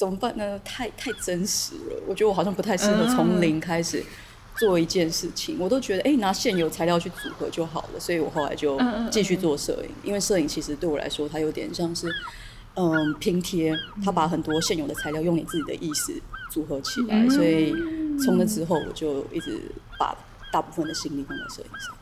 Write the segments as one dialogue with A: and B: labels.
A: 怎么办呢？太真实了，我觉得我好像不太适合从零开始做一件事情。我都觉得拿现有材料去组合就好了，所以我后来就继续做摄影。因为摄影其实对我来说，它有点像是拼贴，它把很多现有的材料用你自己的意思组合起来，所以从那之后我就一直把大部分的心力放在摄影上。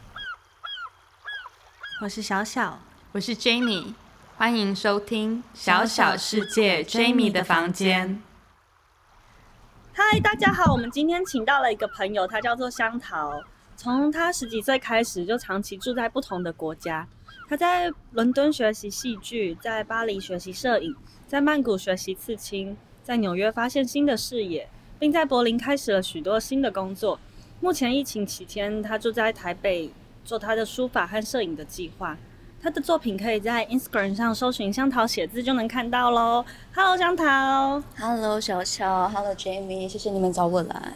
B: 我是小小，
C: 我是 Jamie， 欢迎收听小小世界 Jamie 的房间。
B: 嗨，大家好，我们今天请到了一个朋友，他叫做香桃。从他10几岁开始，就长期住在不同的国家。他在伦敦学习戏剧，在巴黎学习摄影，在曼谷学习刺青，在纽约发现新的视野，并在柏林开始了许多新的工作。目前疫情期间，他住在台北，做他的书法和摄影的计划。他的作品可以在 Instagram 上搜寻香桃写字就能看到咯。Hello 香桃。
A: Hello 小小， Hello Jamie， 谢谢你们找我来。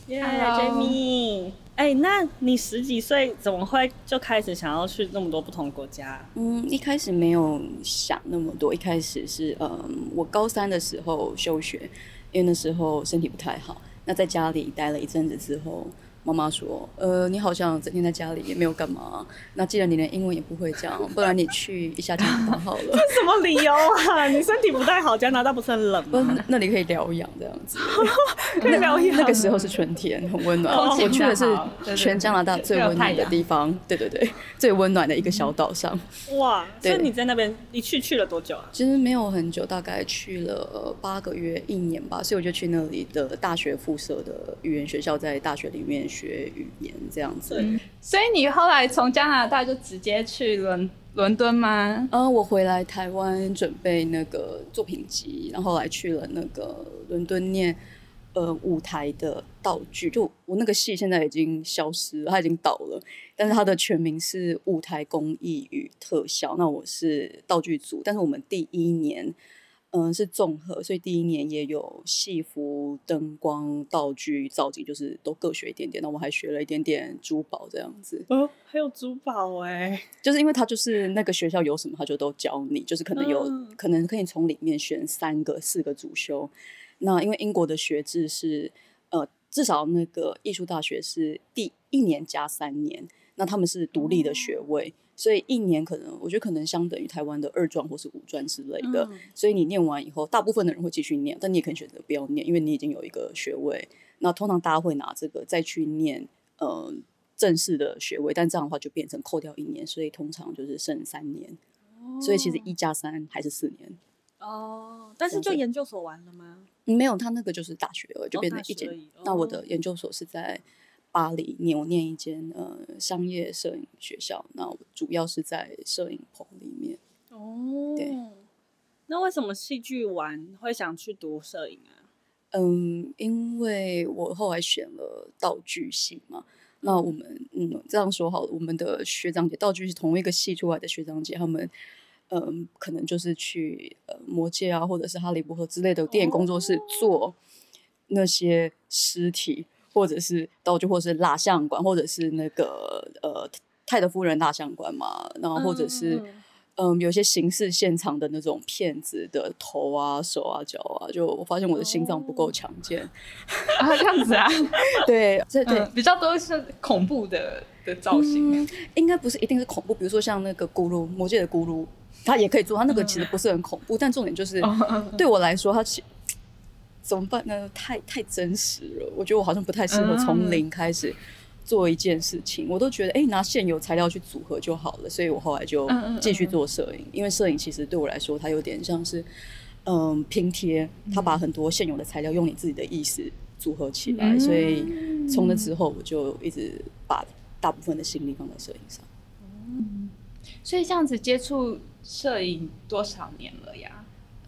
B: Jamie， 那你10几岁怎么会就开始想要去那么多不同国家？
A: 一开始没有想那么多，一开始是我高3的时候休学，因为那时候身体不太好，那在家里待了一阵子之后，妈妈说你好像整天在家里也没有干嘛，那既然你连英文也不会讲，不然你去一下加拿大好了。
B: 这什么理由啊？你身体不太好，加拿大不是很冷吗？
A: 那里可以疗养这样子。
B: 可以疗养。
A: 那个时候是春天，很温暖。我去的是全加拿大最温暖的地方，对，最温暖的一个小岛上。
B: 哇，所以你在那边一去了多久啊？
A: 其实没有很久，大概去了8个月1年吧，所以我就去那里的大学附设的语言学校，在大学里面学语言这样子。
C: 所以你后来从加拿大就直接去伦敦吗？
A: 我回来台湾准备那个作品集，然后后来去了那个伦敦念舞台的道具。就我那个系现在已经消失了，它已经倒了，但是它的全名是舞台工艺与特效。那我是道具组，但是我们第1年是综合，所以第1年也有戏服、灯光、道具、造景，就是都各学一点点。那我还学了一点点珠宝这样子。
B: 还有珠宝
A: 就是因为他就是那个学校有什么他就都教你，就是可能可能可以从里面选3个4个主修。那因为英国的学制是至少那个艺术大学是第1年加3年，那他们是独立的学位。所以1年我觉得可能相等于台湾的2专或是5专之类的。所以你念完以后，大部分的人会继续念，但你也可以选择不要念，因为你已经有一个学位。那通常大家会拿这个再去念正式的学位，但这样的话就变成扣掉1年，所以通常就是剩3年。所以其实1加3还是4年。
B: 但是就研究所完了吗？
A: 没有，他那个就是大学了，就变成1间。那我的研究所是在巴黎念，我念一间商业摄影学校，那我主要是在摄影棚里面。对。
B: 那为什么戏剧完会想去读摄影啊？
A: 因为我后来选了道具系嘛。那我们这样说好了，我们的学长姐道具是同一个系出来的学长姐，他们可能就是去魔戒啊，或者是哈利波特之类的电影工作室做那些尸体，或者是道具，或者是蜡像馆，或者是那个泰德夫人蜡像馆嘛，然后或者是有些刑事现场的那种骗子的头啊、手啊、脚啊，就我发现我的心脏不够强健
C: 这样子啊。
A: 对，
C: 比较多是恐怖的造型。
A: 应该不是一定是恐怖，比如说像那个咕噜，魔戒的咕噜他也可以做，他那个其实不是很恐怖，但重点就是对我来说他怎么办呢？太真实了，我觉得我好像不太适合从零开始做一件事情。我都觉得拿现有材料去组合就好了，所以我后来就继续做摄影。因为摄影其实对我来说它有点像是拼贴，它把很多现有的材料用你自己的意思组合起来，所以从那之后我就一直把大部分的心力放在摄影上。
C: 所以这样子接触摄影多少年了呀？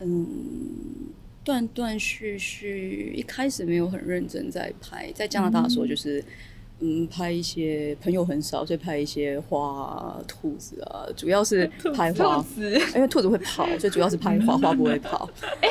A: 断断续续，一开始没有很认真在拍，在加拿大的时候就是拍一些朋友很少，所以拍一些花啊、兔子啊，主要是拍花，因为兔子会跑，所以主要是拍花，花不会跑。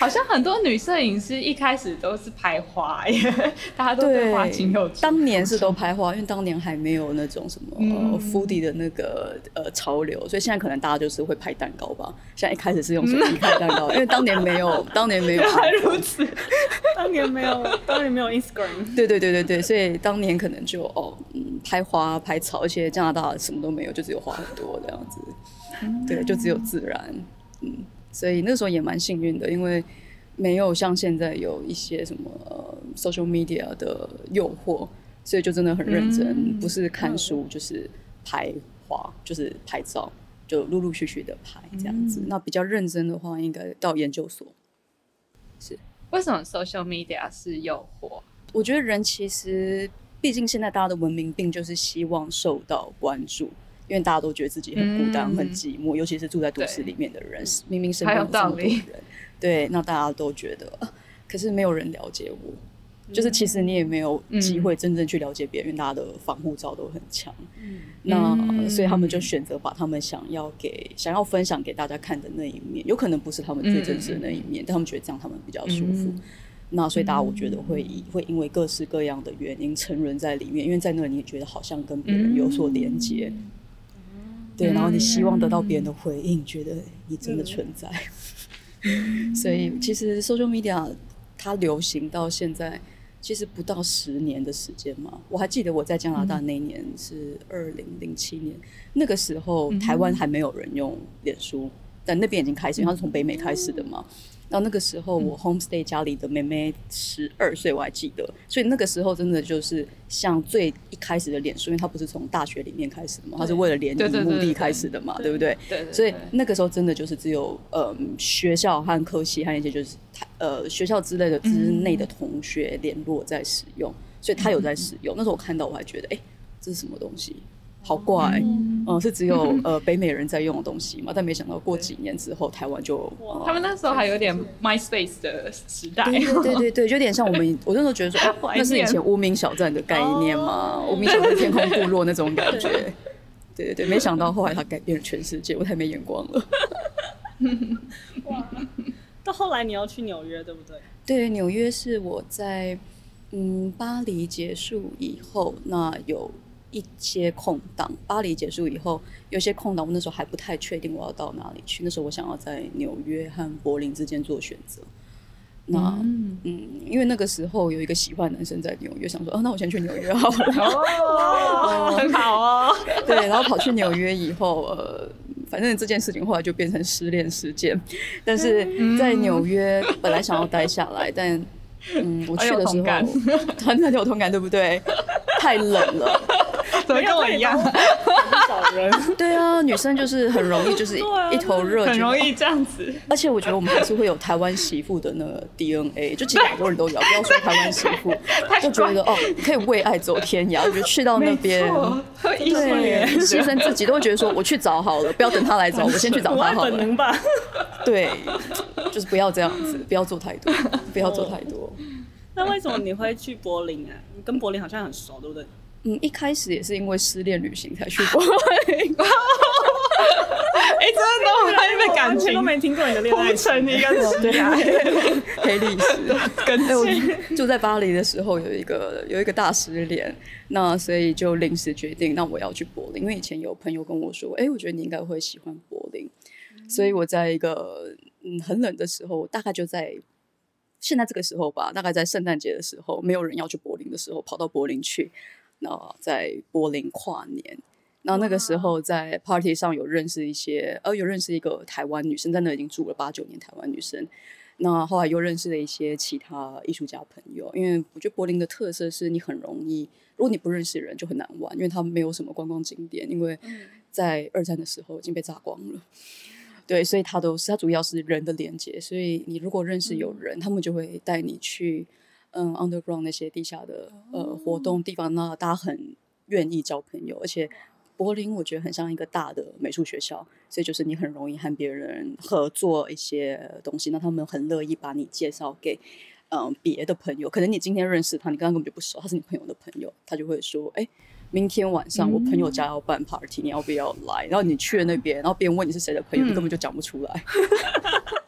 C: 好像很多女摄影师一开始都是拍花耶，大家都对花情有。
A: 当年是都拍花，因为当年还没有那种什么foodie 的那个潮流，所以现在可能大家就是会拍蛋糕吧。现在一开始是用手机拍蛋糕，因为当年没有，
C: 原来如此，
B: 当年没有 Instagram。
A: 对，所以当年可能就拍花拍草，而且加拿大什么都没有，就只有花很多这样子，对，就只有自然，所以那时候也蛮幸运的，因为没有像现在有一些什么social media 的诱惑，所以就真的很认真，不是看书就是拍花，就是拍照，就陆陆续续的拍这样子。那比较认真的话，应该到研究所。是
C: 为什么 social media 是诱惑？
A: 我觉得人其实，毕竟现在大家的文明病就是希望受到关注。因为大家都觉得自己很孤单、很寂寞，尤其是住在都市里面的人，明明身边有这么多人，对，那大家都觉得，可是没有人了解我，就是其实你也没有机会真正去了解别人，因为大家的防护罩都很强，那所以他们就选择把他们想要分享给大家看的那一面，有可能不是他们最真实的那一面，但他们觉得这样他们比较舒服。那所以大家我觉得会因为各式各样的原因沉沦在里面，因为在那里你觉得好像跟别人有所连接。对，然后你希望得到别人的回应，觉得你真的存在。所以其实 social media 它流行到现在，其实不到10年的时间嘛。我还记得我在加拿大那一年是2007年，那个时候台湾还没有人用脸书，但那边已经开始，因为它是从北美开始的嘛。然后那个时候我 homestay 家里的妹妹12岁，我还记得，所以那个时候真的就是像最一开始的脸书，因为它不是从大学里面开始的嘛，它是为了联谊目的开始的嘛，对不对？对，所以那个时候真的就是只有学校和科系和一些就是学校之类的之内的同学联络在使用，所以他有在使用。那时候我看到我还觉得，这是什么东西？好怪，是只有北美人在用的东西嘛？但没想到过几年之后，台湾就
C: 他们那时候还有点 MySpace 的时代，
A: 对，就有点像我那时候觉得说，那是以前无名小站的概念嘛，无名小站天空部落那种感觉。对，没想到后来它改变了全世界，我太没眼光了。
B: 哇！到后来你要去纽约，对不对？
A: 对，纽约是我在巴黎结束以后，那有一些空档，巴黎结束以后有些空档，我那时候还不太确定我要到哪里去。那时候我想要在纽约和柏林之间做选择。那因为那个时候有一个喜欢的男生在纽约，想说那我先去纽约好了。
C: 很好哦。
A: 对，然后跑去纽约以后，反正这件事情后来就变成失恋事件。但是在纽约本来想要待下来，但我去的时候，很有同感，对不对？太冷了。
C: 怎么跟我一样？
B: 少人。
A: 对啊，女生就是很容易就是一头热，
C: 很容易这样子。
A: 而且我觉得我们还是会有台湾媳妇的那个 DNA， 就其实很多人都有，不要说台湾媳妇，就觉得你可以为爱走天涯。我觉得去到那边，对，牺牲自己，都会觉得说我去找好了，不要等他来找我，先去找他好了。
B: 本能吧？
A: 对，就是不要这样子，不要做太多，不要做太多。
B: 那为什么你会去柏林啊？你跟柏林好像很熟，对不对？
A: 一开始也是因为失恋旅行才去柏林。
C: 真的，我在那边感情
B: 都没听过你的恋爱
C: 成一个
A: 黑历史。我住在巴黎的时候有一个大失恋，那所以就临时决定，那我要去柏林，因为以前有朋友跟我说，我觉得你应该会喜欢柏林，所以我在一个很冷的时候，大概就在现在这个时候吧，大概在圣诞节的时候，没有人要去柏林的时候，跑到柏林去。那在柏林跨年，那个时候在 party 上有认识一个台湾女生，在那已经住了8-9年台湾女生。那后来又认识了一些其他艺术家朋友，因为我觉得柏林的特色是你很容易，如果你不认识人就很难玩，因为它没有什么观光景点，因为在2战的时候已经被炸光了。对，所以它主要是人的连接，所以你如果认识有人，他们就会带你去underground 那些地下的活动地方，那大家很愿意交朋友，而且柏林我觉得很像一个大的美术学校，所以就是你很容易和别人合作一些东西，那他们很乐意把你介绍给别的朋友，可能你今天认识他，你跟他根本就不熟，他是你朋友的朋友，他就会说明天晚上我朋友家要办 party，你要不要来？然后你去了那边，然后别人问你是谁的朋友，你根本就讲不出来。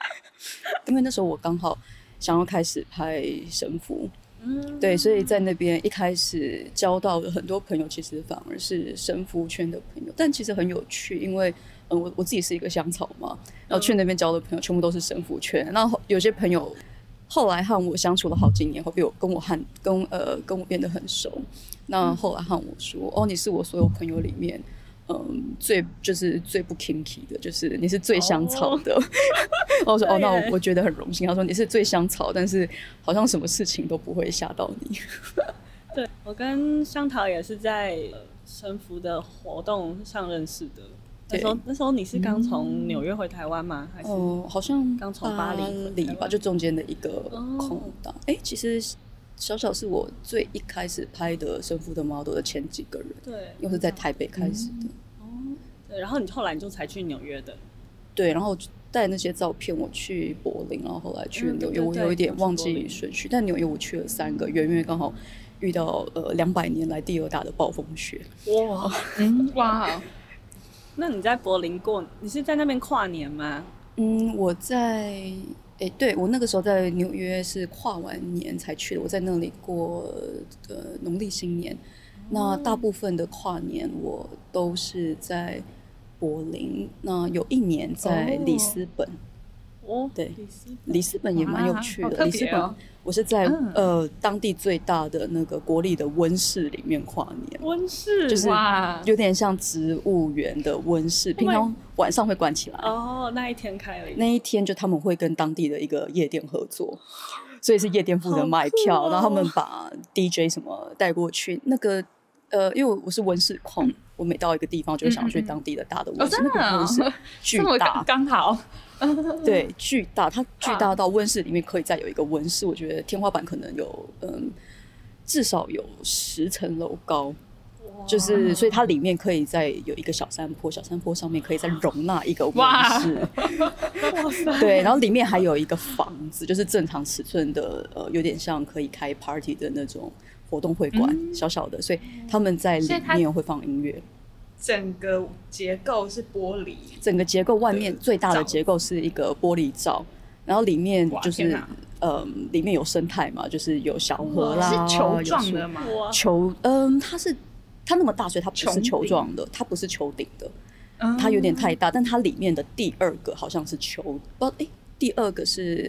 A: 因为那时候我刚好想要开始拍神父，对，所以在那边一开始交到的很多朋友，其实反而是神父圈的朋友，但其实很有趣，因为我自己是一个香草嘛，然后去那边交的朋友全部都是神父圈，然后有些朋友后来和我相处了好几年后，跟我变得很熟。那后来和我说，哦，你是我所有朋友里面，最不 kinky 的，就是你是最香草的。然后我说，哦，那我觉得很荣幸。他说你是最香草，但是好像什么事情都不会吓到你。
B: 对，我跟香桃也是在神父的活动上认识的。那时候你是刚从纽约回台湾吗？还是
A: 好像
B: 刚从巴黎
A: 吧，就中间的一个空档。其实小小是我最一开始拍的神父的 model 的前几个人，
B: 对，
A: 又是在台北开始的。
B: 对，然后后来你就才去纽约的。
A: 对，然后带那些照片我去柏林，然后后来去纽约，我有一点忘记顺序，但纽约我去了3个月，因为刚好遇到200年来第2大的暴风雪。
B: 哇，哇！那你在柏林你是在那边跨年吗？
A: 对，我那个时候在纽约是跨完年才去的，我在那里过农历新年。那大部分的跨年我都是在柏林，那有一年在里斯本。对，里斯本也蛮有趣的。里斯本我是在当地最大的那个国立的温室里面跨年。
B: 温室
A: 就是有点像植物园的温室，平常晚上会关起来。
B: 那一天开了。
A: 那一天就他们会跟当地的一个夜店合作，所以是夜店负责卖票，然后他们把 DJ 什么带过去。那个因为我是温室控，我每到一个地方就会想去当地的大的温室。那个温室巨大，
C: 刚好。
A: 对，巨大，它巨大到温室里面可以再有一个温室，我觉得天花板可能有至少有10层楼高，就是所以它里面可以再有一个小山坡，小山坡上面可以再容纳一个温室。对，然后里面还有一个房子，就是正常尺寸的，有点像可以开 party 的那种活动会馆，小小的，所以他们在里面会放音乐。
C: 整个结构是玻璃，
A: 整个结构外面最大的结构是一个玻璃罩，然后里面就是里面有生态嘛，就是有小河啦，
C: 是球状的吗？
A: 它那么大，所以它不是球状的，它不是球顶的，它有点太大，但它里面的第2个好像是球，第2个是。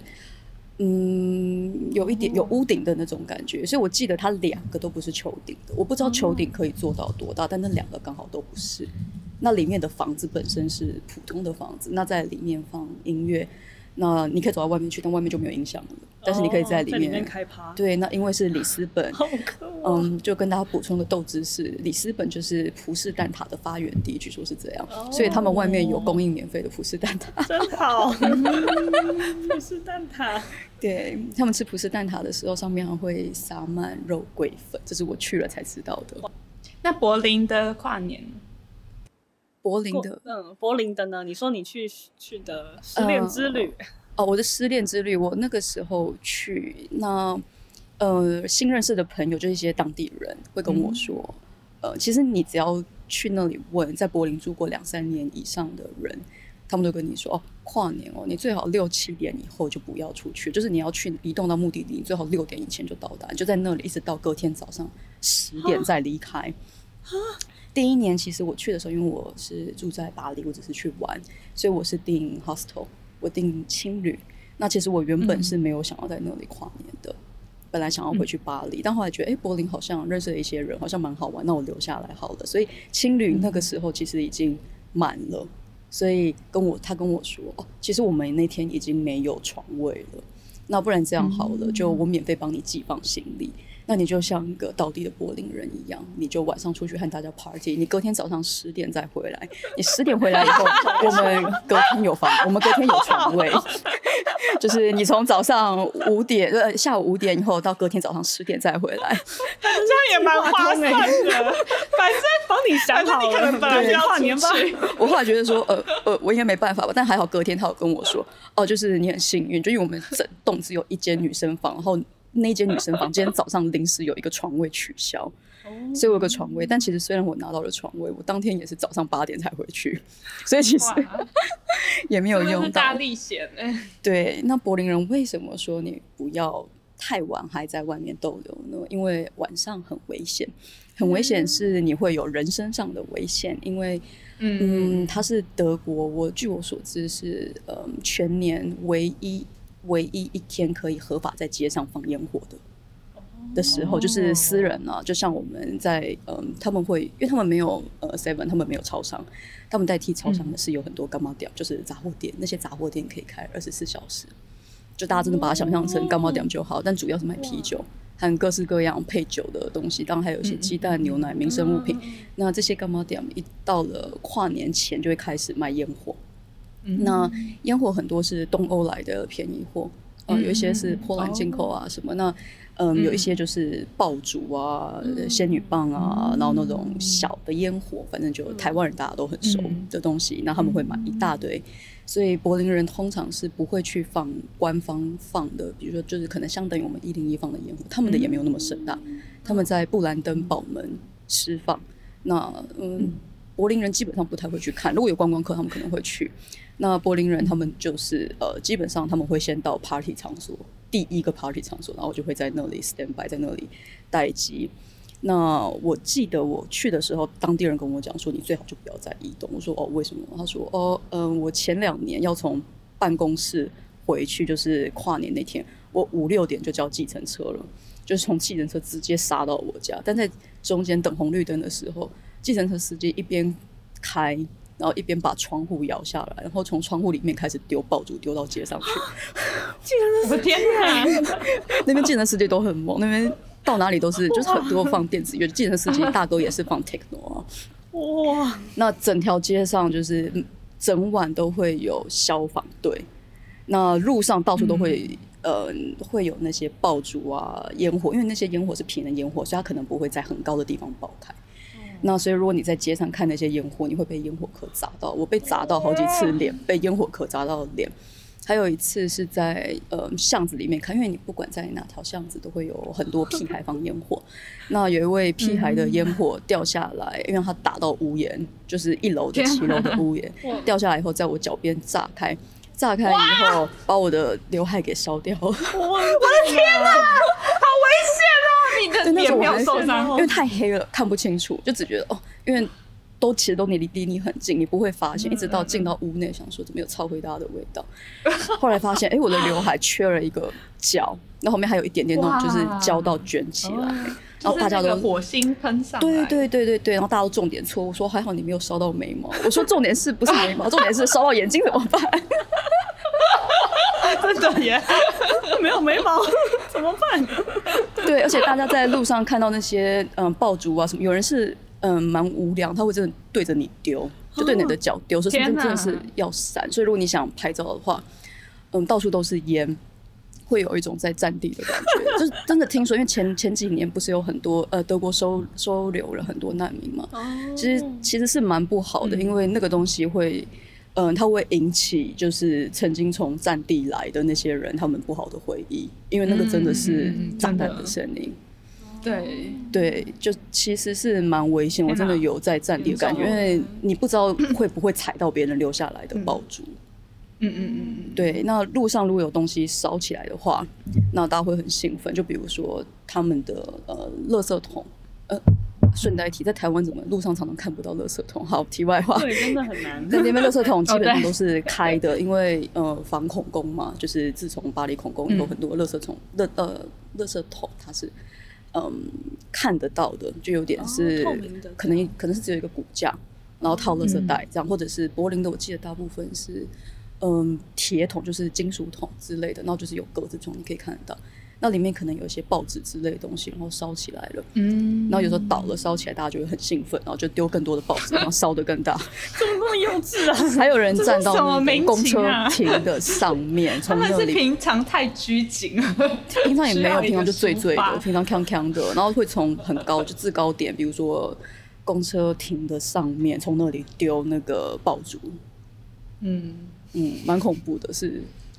A: 有一点有屋顶的那种感觉，所以我记得它2个都不是球顶的，我不知道球顶可以做到多大，但那2个刚好都不是。那里面的房子本身是普通的房子，那在里面放音乐，那你可以走到外面去，但外面就没有音响了，但是你可以在里面
B: 开趴。
A: 对，那因为是里斯本，就跟大家补充个豆知识，里斯本就是葡式蛋挞的发源地，据说是这样，所以他们外面有供应免费的葡式蛋挞，
B: 真好。葡式蛋挞，
A: 对，他们吃葡式蛋挞的时候，上面还会撒满肉桂粉，这是我去了才知道的。
C: 那柏林的跨年？
A: 柏林的
B: 呢？你说你去的失恋之旅？
A: 我的失恋之旅，我那个时候去，那新认识的朋友就是一些当地人会跟我说，其实你只要去那里问，在柏林住过2-3年以上的人，他们都跟你说，跨年你最好6-7点以后就不要出去，就是你要去移动到目的地，你最好6点以前就到达，你就在那里一直到隔天早上10点再离开。第1年其实我去的时候，因为我是住在巴黎，我只是去玩，所以我是订 hostel， 我订青旅。那其实我原本是没有想要在那里跨年的，本来想要回去巴黎，但后来觉得柏林好像认识了一些人，好像蛮好玩，那我留下来好了。所以青旅那个时候其实已经满了，所以他跟我说，其实我们那天已经没有床位了，那不然这样好了，就我免费帮你寄放行李。那你就像一个道地的柏林人一样，你就晚上出去和大家 party， 你隔天早上10点再回来。你10点回来以后，我们隔天有床位，就是你从早上5点，下午5点以后到隔天早上10点再回来，
B: 这样也蛮划算的。反正帮你想好了，可能本来就要跨年吧。
A: 我后来觉得说，我应该没办法吧，但还好隔天他有跟我说，就是你很幸运，就因为我们整栋只有1间女生房，然后那间女生房今天早上临时有一个床位取消，所以我有个床位。但其实虽然我拿到了床位，我当天也是早上8点才回去，所以其实也没有用到。
C: 是大历险
A: 对，那柏林人为什么说你不要太晚还在外面逗留呢？因为晚上很危险，很危险是你会有人身上的危险，因为它是德国，据我所知是全年唯一一天可以合法在街上放烟火的时候，就是私人啊，就像我们在他们会，因为他们没有7，他们没有超商，他们代替超商的是有很多干妈店，就是杂货店，那些杂货店可以开24小时。就大家真的把它想象成干妈店就好，但主要是卖啤酒和各式各样配酒的东西，当然还有一些鸡蛋、牛奶、民生物品。那这些干妈店一到了跨年前就会开始卖烟火。那烟火很多是东欧来的便宜货，有一些是波兰进口啊什么。那有一些就是爆竹啊、仙女棒啊，然后那种小的烟火，反正就台湾人大家都很熟的东西，那他们会买一大堆。所以柏林人通常是不会去放官方放的，比如说就是可能相等于我们101放的烟火，他们的也没有那么盛大，他们在布兰登堡门释放。那柏林人基本上不太会去看，如果有观光客他们可能会去。那柏林人他们就是基本上他们会先到 party 场所，第一个 party 场所，然后就会在那里 stand by， 在那里待机。那我记得我去的时候，当地人跟我讲说，你最好就不要再移动。我说为什么？他说我前2年要从办公室回去，就是跨年那天，我5、6点就叫计程车了，就是从计程车直接杀到我家。但在中间等红绿灯的时候，计程车司机一边开，然后一边把窗户摇下来，然后从窗户里面开始丢爆竹，丢到街上去。
C: 我的天哪！
A: 那边计程司机都很猛，那边到哪里都是，就是很多放电子乐，计程司机大哥也是放 techno 啊。哇！那整条街上就是整晚都会有消防队，那路上到处都会会有那些爆竹啊、烟火，因为那些烟火是平的烟火，所以它可能不会在很高的地方爆开。那所以如果你在街上看那些烟火，你会被烟火壳砸到。我被砸到好几次脸，被烟火壳砸到脸。还有一次是在巷子里面看，因为你不管在哪条巷子都会有很多屁孩放烟火。那有一位屁孩的烟火掉下来，因为他打到屋檐，就是1楼的7楼的屋檐，掉下来以后在我脚边炸开以后把我的刘海给烧掉。我的
C: 天哪，好危险哦！你的脸没有受伤，
A: 因为太黑了看不清楚，就只觉得因为其实都离你很近，你不会发现，一直到进到屋内，想说怎么有超回大的味道。后来发现，我的刘海缺了一个角，那后面还有一点点那种就是焦到卷起来，然后大家都
C: 火星喷上来。
A: 对，然后大家都重点错误说还好你没有烧到眉毛。我说重点是不是眉毛，重点是烧到眼睛怎么办？
B: 真的耶，没有眉毛怎么办？
A: 对，而且大家在路上看到那些爆竹啊什么，有人是蛮无良，他会真的对着你丢，就对你的脚丢，所以真的是要闪。所以如果你想拍照的话，到处都是烟，会有一种在战地的感觉。就是真的听说，因为前几年不是有很多德国收留了很多难民嘛，其实是蛮不好的，因为那个东西会。它会引起就是曾经从战地来的那些人他们不好的回忆，因为那个真的是炸弹的声音。对，就其实是蛮危险。我真的有在战地的感觉，因为你不知道会不会踩到别人留下来的爆竹。对，那路上如果有东西烧起来的话，那大家会很兴奋。就比如说他们的垃圾桶，顺带提，在台湾怎么路上常常看不到垃圾桶？好，题外话，
B: 对，真的很难。
A: 在那边垃圾桶基本上都是开的，因为防恐攻嘛，就是自从巴黎恐攻以后，很多垃圾桶它是看得到的，就有点是
B: 透明的，
A: 可能是只有一个骨架，然后套垃圾袋这样，或者是柏林的，我记得大部分是铁桶，就是金属桶之类的，然后就是有格子状，你可以看得到。那里面可能有一些报纸之类的东西，然后烧起来了，然后有时候倒了烧起来，大家就会很兴奋，然后就丢更多的报纸，然后烧得更大。
B: 怎么那么幼稚啊？
A: 还有人站到那个公车亭的上面，
C: 他们是平常太拘谨了，
A: 平常也没有，平常就醉醉的，平常锵锵的，然后会从很高就制高点，比如说公车亭的上面，从那里丢那个爆竹，蛮恐怖的，是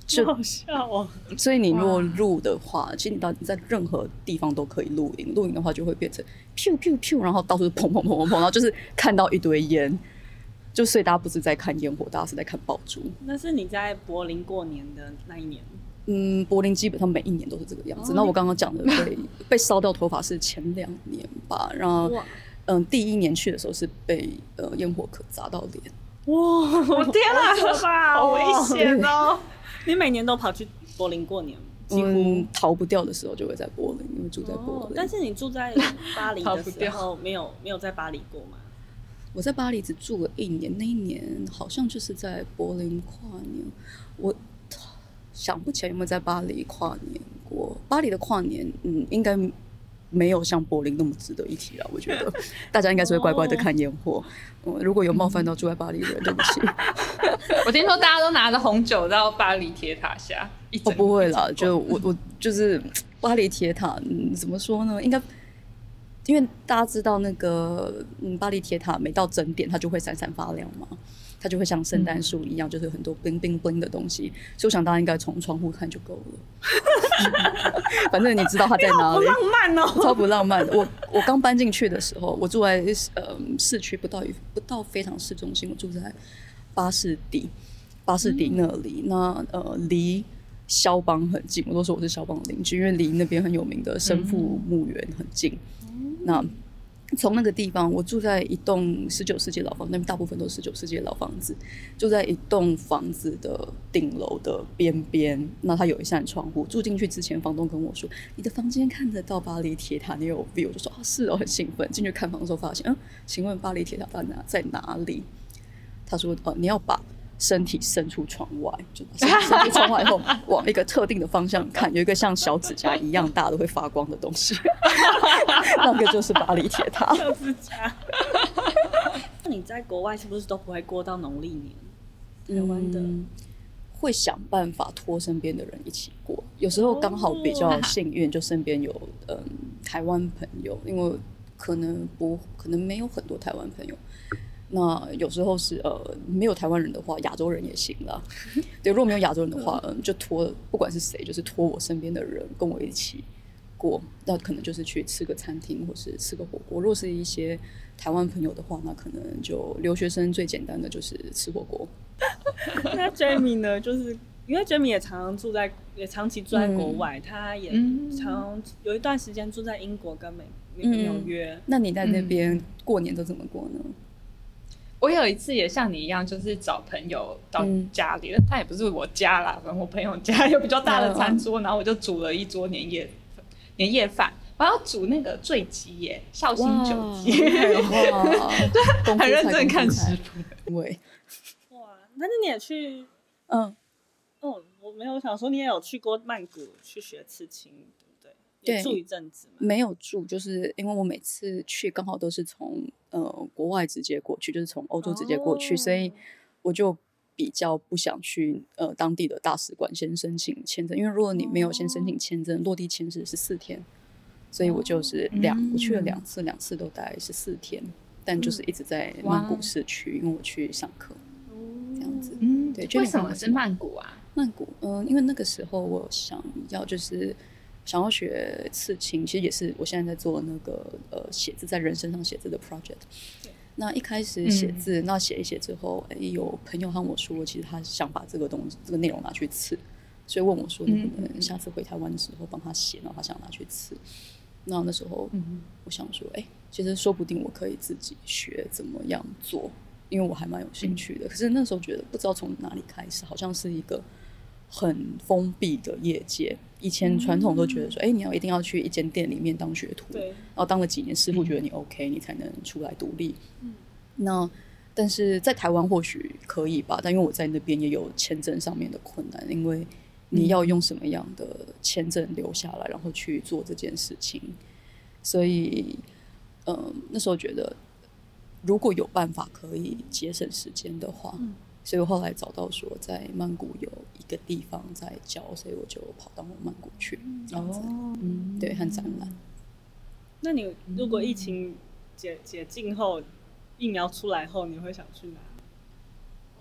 A: 就
B: 好笑哦。
A: 所以你如果录的话，其实你在任何地方都可以录影。录影的话就会变成噗噗噗，然后到处砰砰砰砰砰，然后就是看到一堆烟，就所以大家不是在看烟火，大家是在看爆竹。
B: 那是你在柏林过年的那一年？
A: 柏林基本上每一年都是这个样子。那我刚刚讲的被烧掉头发是前2年吧，然后第1年去的时候是被烟火壳砸到脸。
B: 哇！
C: 我天啊，
B: 好可怕
C: 好危险哦！
B: 你每年都跑去柏林过年？几乎
A: 逃不掉的时候就会在柏林，因为住在柏林。
B: 但是你住在巴黎的时候，没有在巴黎过吗？
A: 我在巴黎只住了1年，那一年好像就是在柏林跨年。我想不起来有没有在巴黎跨年过。巴黎的跨年，应该没有像柏林那么值得一提啦。我觉得大家应该是会乖乖的看烟火。如果有冒犯到住在巴黎的人，对不起。
C: 我听说大家都拿着红酒到巴黎铁塔下，
A: 不会啦，就我就是巴黎铁塔，怎么说呢？应该因为大家知道那个巴黎铁塔每到整点它就会闪闪发亮嘛，它就会像圣诞树一样，就是很多 bling bling bling 的东西，所以我想大家应该从窗户看就够了。反正你知道它在哪里。
B: 好浪漫哦，
A: 超不浪漫的。我刚搬进去的时候，我住在市区，不到非常市中心，我住在巴士底那里。那离肖邦很近，我都说我是肖邦的邻居，因为离那边很有名的生父墓园很近。那从那个地方，我住在一栋19世纪老房子，那边大部分都是19世纪的老房子，就在一栋房子的顶楼的边边。那它有一扇窗户，住进去之前，房东跟我说：“你的房间看得到巴黎铁塔，你有 view。”我就说：“啊，是哦，很兴奋。”进去看房的时候发现，请问巴黎铁塔在哪里？他说：“你要把身体伸出窗外，就把身体伸出窗外后，往一个特定的方向看，有一个像小指甲一样大的会发光的东西，那个就是巴黎铁塔。”
B: 小指甲。那你在国外是不是都不会过到农历年？台湾的
A: 会想办法拖身边的人一起过，有时候刚好比较幸运，就身边有台湾朋友，因为可能没有很多台湾朋友。那有时候是没有台湾人的话，亚洲人也行啦。对，如果没有亚洲人的话，就拖不管是谁，就是拖我身边的人跟我一起过。那可能就是去吃个餐厅，或是吃个火锅。如果是一些台湾朋友的话，那可能就留学生最简单的就是吃火锅。
B: 那 Jamie 呢？就是因为 Jamie 也长期住在国外，他也有一段时间住在英国跟纽约。
A: 那你在那边过年都怎么过呢？
C: 我有一次也像你一样，就是找朋友到家里，他也不是我家啦，反正我朋友家有比较大的餐桌，然后我就煮了一桌年夜饭。我要煮那个醉鸡耶，绍兴酒鸡，很认真看食谱。
A: 对，
B: 哇，但是你也去，我没有想说你也有去过曼谷去学刺青，对不对？也住一阵子吗？
A: 没有住，就是因为我每次去刚好都是从国外直接过去，就是从欧洲直接过去，所以我就比较不想去当地的大使馆先申请签证，因为如果你没有先申请签证，落地签是14天。所以我就是我去了2次都大概14天，但就是一直在曼谷市区，因为我去上课，这样子。对，
C: 为什么是曼谷啊？
A: 曼谷，因为那个时候我想要学刺青，其实也是我现在在做那个写字，在人身上写字的 project。那一开始写字，那写一写之后，有朋友和我说，其实他想把这个内容拿去刺，所以问我说，能不能下次回台湾的时候帮他写，然后他想拿去刺。那时候我想说，其实说不定我可以自己学怎么样做，因为我还蛮有兴趣的。可是那时候觉得不知道从哪里开始，好像是一个很封闭的业界。以前传统都觉得说，你一定要去一间店里面当学徒，然后当了几年师傅觉得你 OK，你才能出来独立。但是在台湾或许可以吧，但因为我在那边也有签证上面的困难，因为你要用什么样的签证留下来，然后去做这件事情。所以那时候觉得如果有办法可以节省时间的话，所以我后来找到说在曼谷有一个地方在教，所以我就跑到曼谷去这样子。对，和展览。
B: 那你如果疫情解禁后，疫苗出来后，你会想去哪？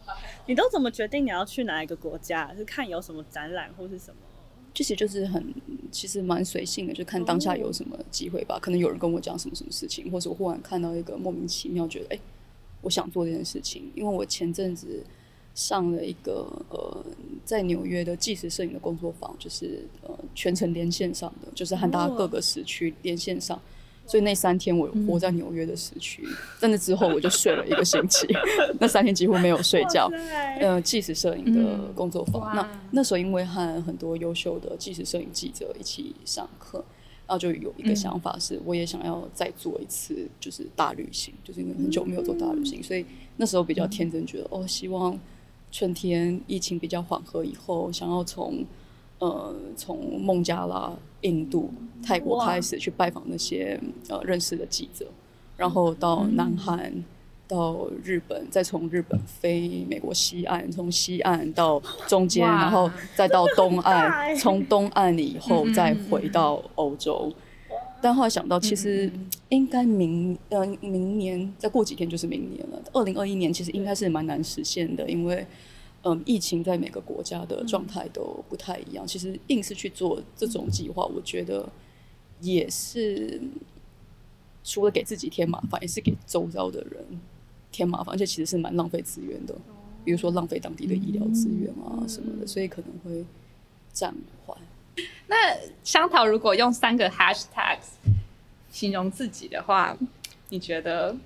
B: 你都怎么决定你要去哪一个国家？是看有什么展览或是什么？
A: 其实就是其实蛮随性的，就看当下有什么机会吧。可能有人跟我讲什么事情，或者我忽然看到一个莫名其妙觉得我想做这件事情。因为我前阵子上了一个在纽约的纪实摄影的工作坊，就是全程连线上的，就是和大家各个时区连线上。所以那3天我活在纽约的时区，但是之后我就睡了1个星期，那3天几乎没有睡觉。纪实摄影的工作坊，那时候因为和很多优秀的纪实摄影记者一起上课，然后就有一个想法是，我也想要再做一次，就是大旅行，就是因为很久没有做大旅行，所以那时候比较天真，觉得希望春天疫情比较缓和以后，想要从孟加拉、印度、泰国开始去拜访那些认识的记者，然后到南韩、到日本，再从日本飞美国西岸，从西岸到中间，然后再到东岸，从东岸以后再回到欧洲。但后来想到，其实应该明年再过几天就是明年了。2021年其实应该是蛮难实现的，因为疫情在每个国家的状态都不太一样。其实硬是去做这种计划，我觉得也是除了给自己添麻烦，也是给周遭的人添麻烦，而且其实是蛮浪费资源的。比如说浪费当地的医疗资源啊什么的，所以可能会暂缓。
C: 那香桃如果用3个 hashtags 形容自己的话，你觉得？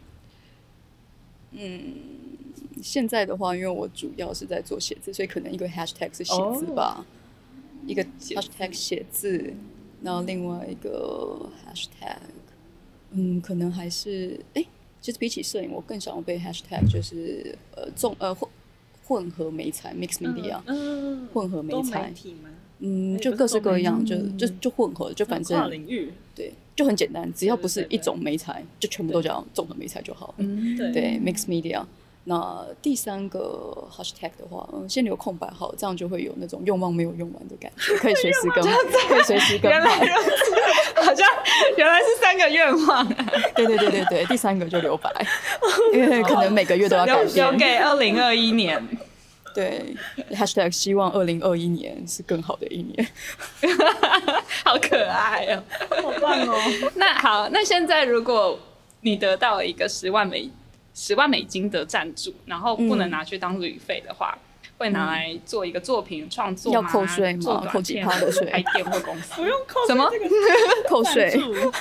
A: 现在的话，因为我主要是在做写字，所以可能一个 hashtag 是写字吧，一个 hashtag 写字，然后另外一个 hashtag，可能还是其实比起摄影，我更想要被 hashtag 就是混合媒材 mix media，混合媒材，就各式各样，就混合，就反正
B: 跨领域，
A: 对，就很简单，只要不是一种媒材，就全部都叫综合媒材就好了。对 mix media。那第3个 hashtag 的话，先留空白好，这样就会有那种用忘没有用完的感觉，可以随时更，可以随时更换。
C: 好像原来是3个愿望。
A: 对，第3个就留白，因为可能每个月都要改变。
C: 留给2021年。
A: 对 hashtag 希望2021年是更好的一年。
C: 好可爱哦，
B: 好棒哦。
C: 那好，那现在如果你得到了一个10万美金的赞助，然后不能拿去当旅费的话，会拿来做一个作品创作吗？
A: 要扣税吗？扣几%的税？
C: 开店或公司？
B: 不用扣
C: 什么？
A: 扣税？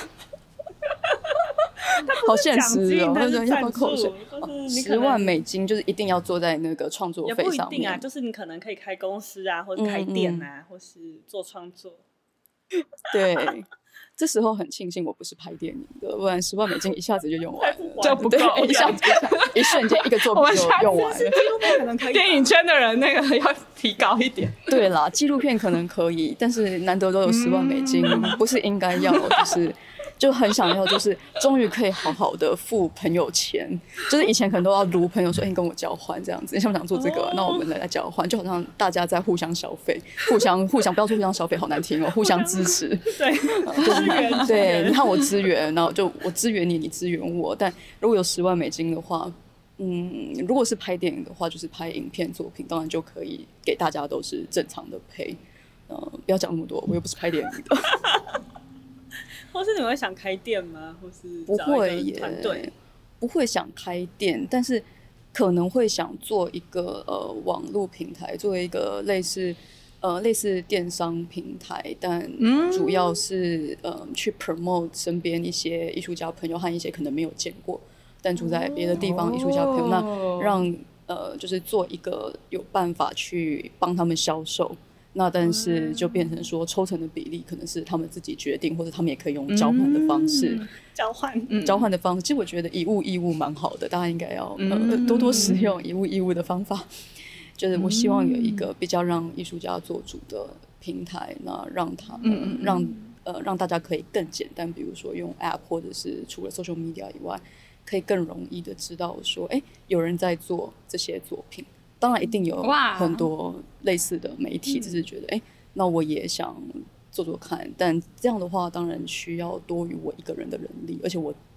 A: 好现实哦！要不要扣税？10万美金就是一定要做在那个创作费上面。
B: 也不一定啊，就是你可能可以开公司啊，或者开店啊，或是做创作。
A: 对。这时候很庆幸我不是拍电影的，不然10万美金一下子就用完了，
C: 就不够，
A: 一瞬间一个作品就用完了。
C: 电影圈的人那个要提高一点。
A: 对啦，纪录片可能可以，但是难得都有10万美金，不是应该要就很想要，就是终于可以好好的付朋友钱，就是以前可能都要撸朋友说，你跟我交换这样子，你想不想做这个？那我们来交换，就好像大家在互相消费，互相不要说互相消费，好难听哦，互相支持。
B: 对，
A: 对，你看我支援，然后就我支援你，你支援我。但如果有10万美金的话，如果是拍电影的话，就是拍影片作品，当然就可以给大家都是正常的配。不要讲那么多，我又不是拍电影的。
B: 或是你会想开店吗？或是
A: 不会耶，
B: 团队
A: 不会想开店，但是可能会想做一个网络平台，做一个类似电商平台，但主要是去 promote 身边一些艺术家朋友和一些可能没有见过但住在别的地方艺术家朋友，那让就是做一个有办法去帮他们销售。那但是就变成说抽成的比例可能是他们自己决定，或者他们也可以用交换的方式
B: 交
A: 换的方式。其实我觉得以物易物蛮好的，大家应该要多多使用以物易物的方法。就是我希望有一个比较让艺术家做主的平台，那让他让大家可以更简单，比如说用 App 或者是除了 social media 以外，可以更容易的知道说，有人在做这些作品。当然一定有很多类似的媒体，只是觉得那我也想做做看，但这样的话当然需要多于我一个人的人力，而且我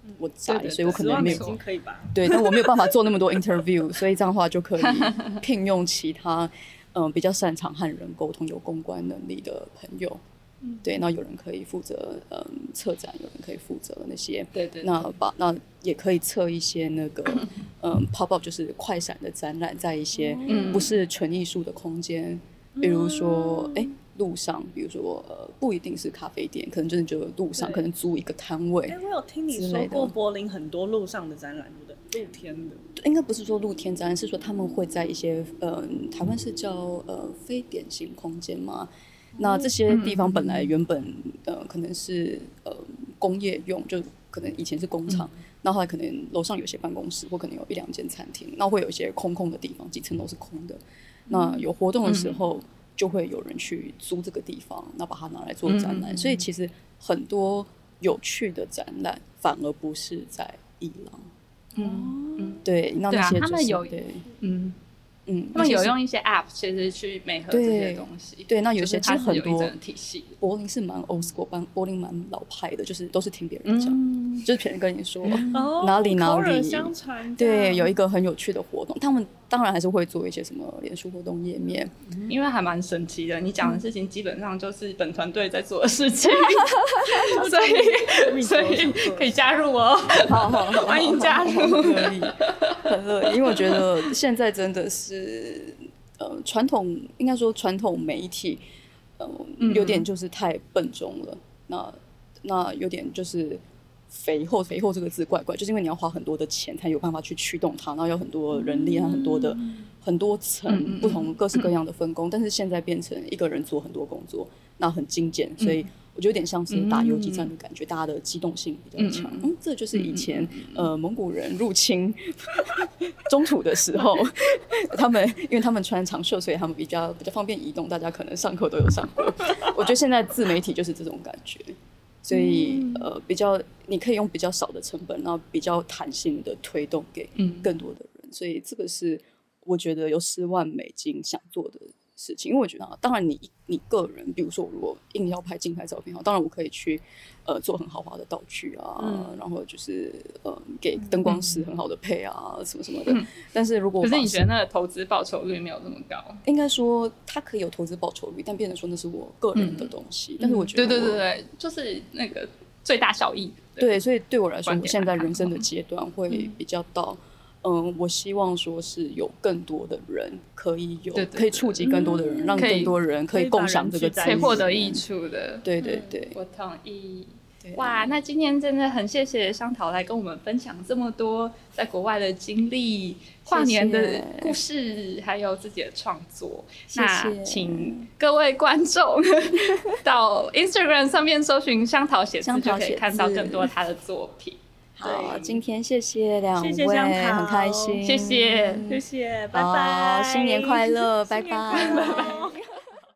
A: 我宅，
C: 对
A: 所以我可能没有
B: 10万美金可以吧？
A: 对，但我没有办法做那么多 interview， 所以这样的话就可以聘用其他比较擅长和人沟通、有公关能力的朋友。对，那有人可以负责策展，有人可以负责那些，
C: 对，
A: 那也可以测一些那个pop up 就是快闪的展览，在一些不是纯艺术的空间，比如说路上，比如说不一定是咖啡店，可能真的就路上可能租一个摊位。
B: 我有听你说过柏林很多路上的展览，对不对？露天的，
A: 应该不是说露天展览，是说他们会在一些台湾是叫非典型空间嘛。那这些地方本来原本可能是工业用，就可能以前是工厂，那后来可能楼上有些办公室，或可能有1-2间餐厅，那会有一些空的地方，几层楼是空的。那有活动的时候，就会有人去租这个地方，那把它拿来做展览。所以其实很多有趣的展览反而不是在艺廊。对，那些
C: 他们有他们有用一些 app 其实去媒合这些东西。
A: 对，那有些其实很多
C: 体系。
A: 柏林是蛮 old school， 柏林蛮老派的，就是都是听别人讲，就是别人跟你说哪里哪里，对，有一个很有趣的活动，他们当然还是会做一些什么脸书活动页面，
C: 因为还蛮神奇的。你讲的事情基本上就是本团队在做的事情，所以可以加入哦。
A: 好，
C: 欢迎加入，
A: 很乐意，因为我觉得现在真的是传统，应该说传统媒体有点就是太笨重了，那有点就是肥厚这个字怪怪，就是因为你要花很多的钱才有办法去驱动它，然后有很多人力和很多层不同各式各样的分工，但是现在变成一个人做很多工作，那很精简，所以我觉得有点像是打游击战的感觉，大家的机动性比较强。这就是以前蒙古人入侵中土的时候，因为他们穿长袖，所以他们比较方便移动，大家可能上课都有上过。我觉得现在自媒体就是这种感觉。所以你可以用比较少的成本，然后比较弹性的推动给更多的人，所以这个是我觉得有10万美金想做的事情。因为我觉得当然你个人，比如说我如果硬要拍静态照片，当然我可以去做很豪华的道具啊，然后就是给灯光师很好的配啊什么什么的。但是如果
C: 可是你觉得那个投资报酬率没有那么高？
A: 应该说它可以有投资报酬率，但变成说那是我个人的东西。但是我觉得
C: 对，就是那个最大效益。
A: 对，所以对我来说，我现在人生的阶段会比较到我希望说是有更多的人可以可以触及更多的人，让更多人可以共享这个资源，
C: 可以获得益处的。
A: 对，
C: 我同意。哇，那今天真的很谢谢香桃来跟我们分享这么多在国外的经历、跨年的故事，还有自己的创作。那请各位观众到 Instagram 上面搜寻香桃写字，就可以看到更多他的作品。
A: 好，今天谢谢2位，
B: 谢谢香桃，
A: 很开心，
C: 谢谢，
B: 拜拜，
A: 新年快乐，拜拜。